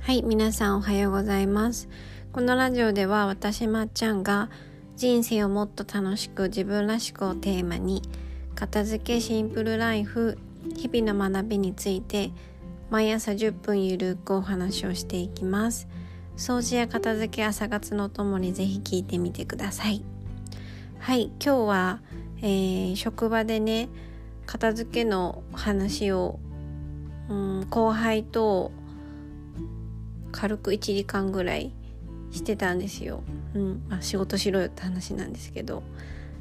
はい、皆さんおはようございます。このラジオでは私まっちゃんが人生をもっと楽しく自分らしくをテーマに片付けシンプルライフ、日々の学びについて毎朝10分ゆるくお話をしていきます。掃除や片付け朝活のともにぜひ聞いてみてください。はい、今日は、職場でね片付けの話を、後輩と軽く1時間ぐらいしてたんですよ。仕事しろよって話なんですけど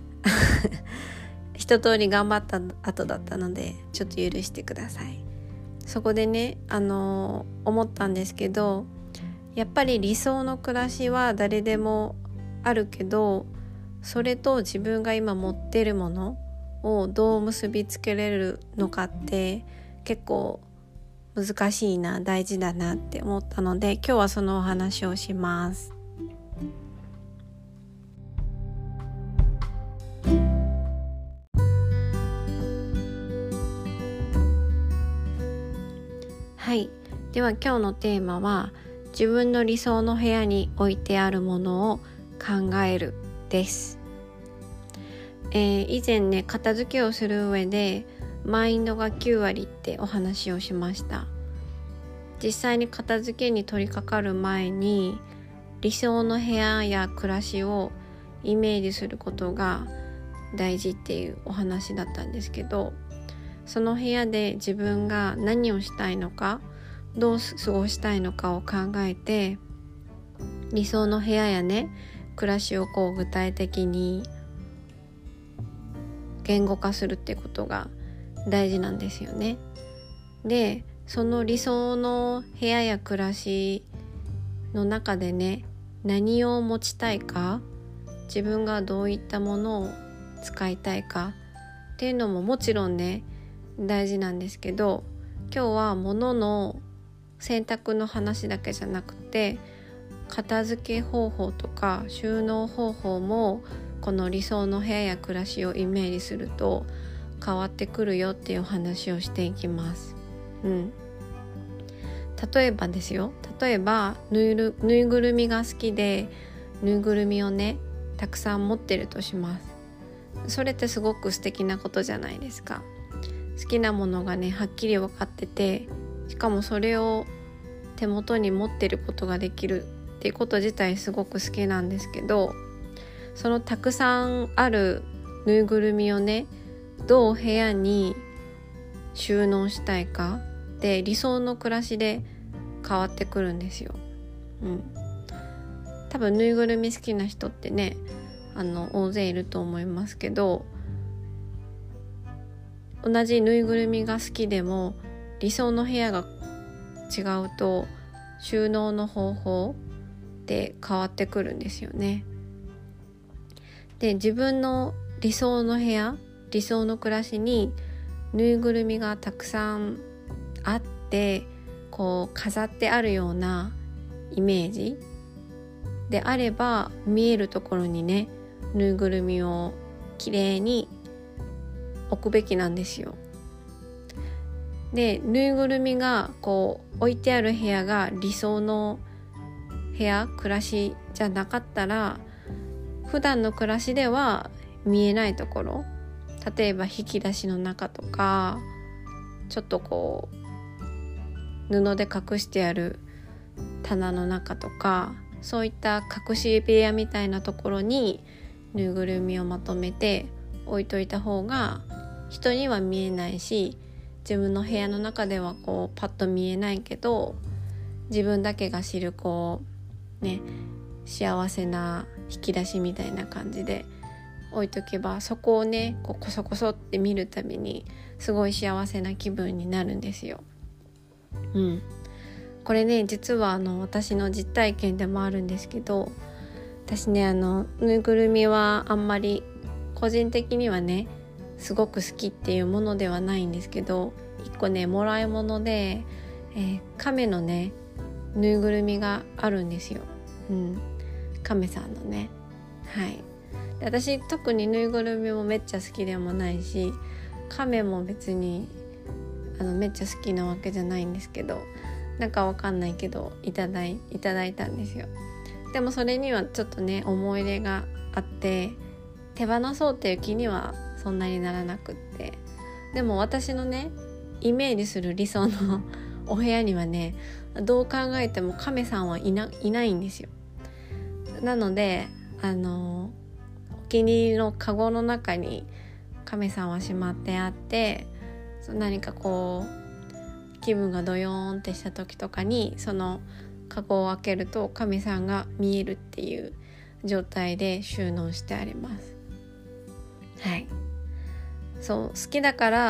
一通り頑張った後だったのでちょっと許してください。そこでね、思ったんですけど、やっぱり理想の暮らしは誰でもあるけど、それと自分が今持ってるものをどう結びつけれるのかって結構難しいな、大事だなって思ったので、今日はそのお話をします。はい、では今日のテーマは自分の理想の部屋に置いてあるものを考えるです。以前ね片付けをする上でマインドが9割ってお話をしました。実際に片付けに取り掛かる前に理想の部屋や暮らしをイメージすることが大事っていうお話だったんですけど、その部屋で自分が何をしたいのか、どう過ごしたいのかを考えて、理想の部屋やね暮らしを具体的に言語化するってことが大事なんですよね。で、その理想の部屋や暮らしの中でね、何を持ちたいか、自分がどういったものを使いたいかっていうのももちろんね大事なんですけど、今日は物の選択の話だけじゃなくて、片付け方法とか収納方法もこの理想の部屋や暮らしをイメージすると変わってくるよっていうお話をしていきます。例えばですよ、ぬいぐるみが好きでぬいぐるみをねたくさん持ってるとします。それってすごく素敵なことじゃないですか。好きなものがねはっきり分かってて、しかもそれを手元に持ってることができるっていうこと自体すごく好きなんですけど、そのたくさんあるぬいぐるみをねどう部屋に収納したいかで理想の暮らしで変わってくるんですよ。多分ぬいぐるみ好きな人ってね大勢いると思いますけど、同じぬいぐるみが好きでも理想の部屋が違うと収納の方法で変わってくるんですよね。で、自分の理想の部屋、理想の暮らしにぬいぐるみがたくさんあって飾ってあるようなイメージであれば、見えるところにねぬいぐるみをきれいに置くべきなんですよ。で、ぬいぐるみが置いてある部屋が理想の部屋、暮らしじゃなかったら、普段の暮らしでは見えないところ、例えば引き出しの中とか、ちょっと布で隠してある棚の中とか、そういった隠し部屋みたいなところにぬいぐるみをまとめて置いといた方が人には見えないし、自分の部屋の中ではパッと見えないけど、自分だけが知る幸せな引き出しみたいな感じで置いとけば、そこをねこそこそって見るたびにすごい幸せな気分になるんですよ。これね実は私の実体験でもあるんですけど、私ねぬいぐるみはあんまり個人的にはねすごく好きっていうものではないんですけど、1個ねもらい物で、亀のねぬいぐるみがあるんですよ。亀さんのね。で、私特にぬいぐるみもめっちゃ好きでもないし、亀も別にめっちゃ好きなわけじゃないんですけど、 なんかわかんないけどいただいたんですよ。でもそれにはちょっとね思い入れがあって、手放そうっていう気にはそんなにならなくって、でも私のねイメージする理想のお部屋にはね、どう考えても亀さんはいないんですよ。なのでお気に入りのカゴの中に亀さんはしまってあって、何かこう気分がドヨーンってした時とかにそのカゴを開けると亀さんが見えるっていう状態で収納してあります。はい、そう好き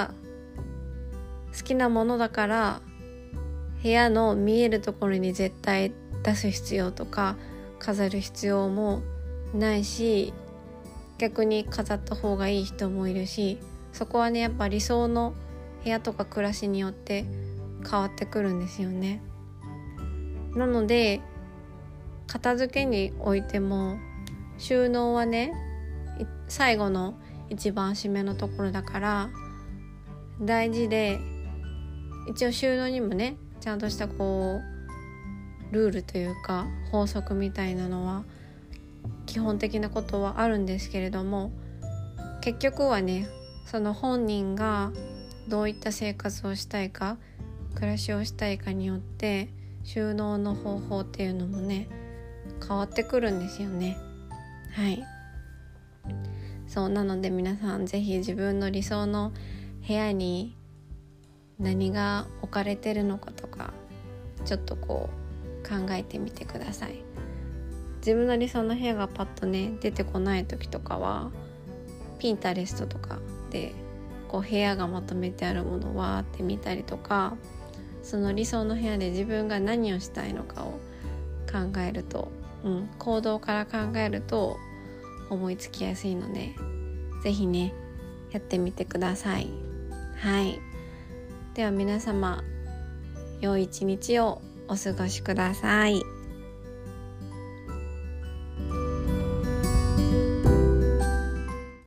なものだから部屋の見えるところに絶対出す必要とか飾る必要もないし、逆に飾った方がいい人もいるし、そこはねやっぱ理想の部屋とか暮らしによって変わってくるんですよね。なので片付けにおいても収納はね最後の一番締めのところだから大事で、一応収納にもねちゃんとしたこうルールというか法則みたいなのは基本的なことはあるんですけれども、結局はねその本人がどういった生活をしたいか暮らしをしたいかによって収納の方法っていうのもね変わってくるんですよね。はい、そうなので皆さんぜひ自分の理想の部屋に何が置かれてるのかとかちょっとこう考えてみてください。自分の理想の部屋がパッとね出てこない時とかはピンタレストとかでこう部屋がまとめてあるものをわーって見たりとか、その理想の部屋で自分が何をしたいのかを考えると、行動から考えると思いつきやすいのでぜひねやってみてください。はい、では皆様良い一日をお過ごしください。